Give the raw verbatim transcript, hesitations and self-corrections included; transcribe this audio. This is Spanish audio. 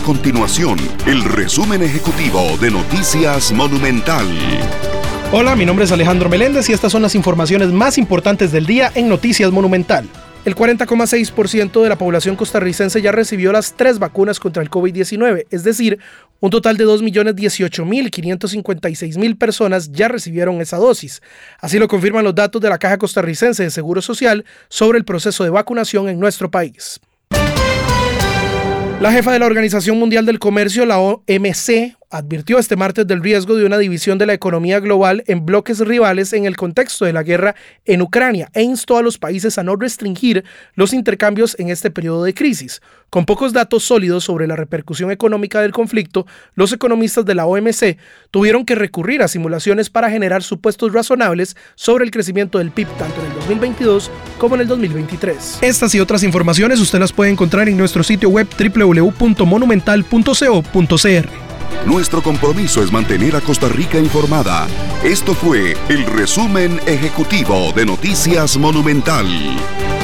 continuación el resumen ejecutivo de Noticias Monumental. Hola, mi nombre es Alejandro Meléndez y estas son las informaciones más importantes del día en Noticias Monumental. El cuarenta coma seis por ciento de la población costarricense ya recibió las tres vacunas contra el COVID diecinueve, es decir, un total de dos millones dieciocho mil quinientos cincuenta y seis mil personas ya recibieron esa dosis. Así lo confirman los datos de la Caja Costarricense de Seguro Social sobre el proceso de vacunación en nuestro país. La jefa de la Organización Mundial del Comercio, la O M C, advirtió este martes del riesgo de una división de la economía global en bloques rivales en el contexto de la guerra en Ucrania e instó a los países a no restringir los intercambios en este periodo de crisis. Con pocos datos sólidos sobre la repercusión económica del conflicto, los economistas de la O M C tuvieron que recurrir a simulaciones para generar supuestos razonables sobre el crecimiento del P I B tanto en el dos mil veintidós como en el dos mil veintitrés. Estas y otras informaciones usted las puede encontrar en nuestro sitio web doble u doble u doble u punto monumental punto co punto c r. Nuestro compromiso es mantener a Costa Rica informada. Esto fue el resumen ejecutivo de Noticias Monumental.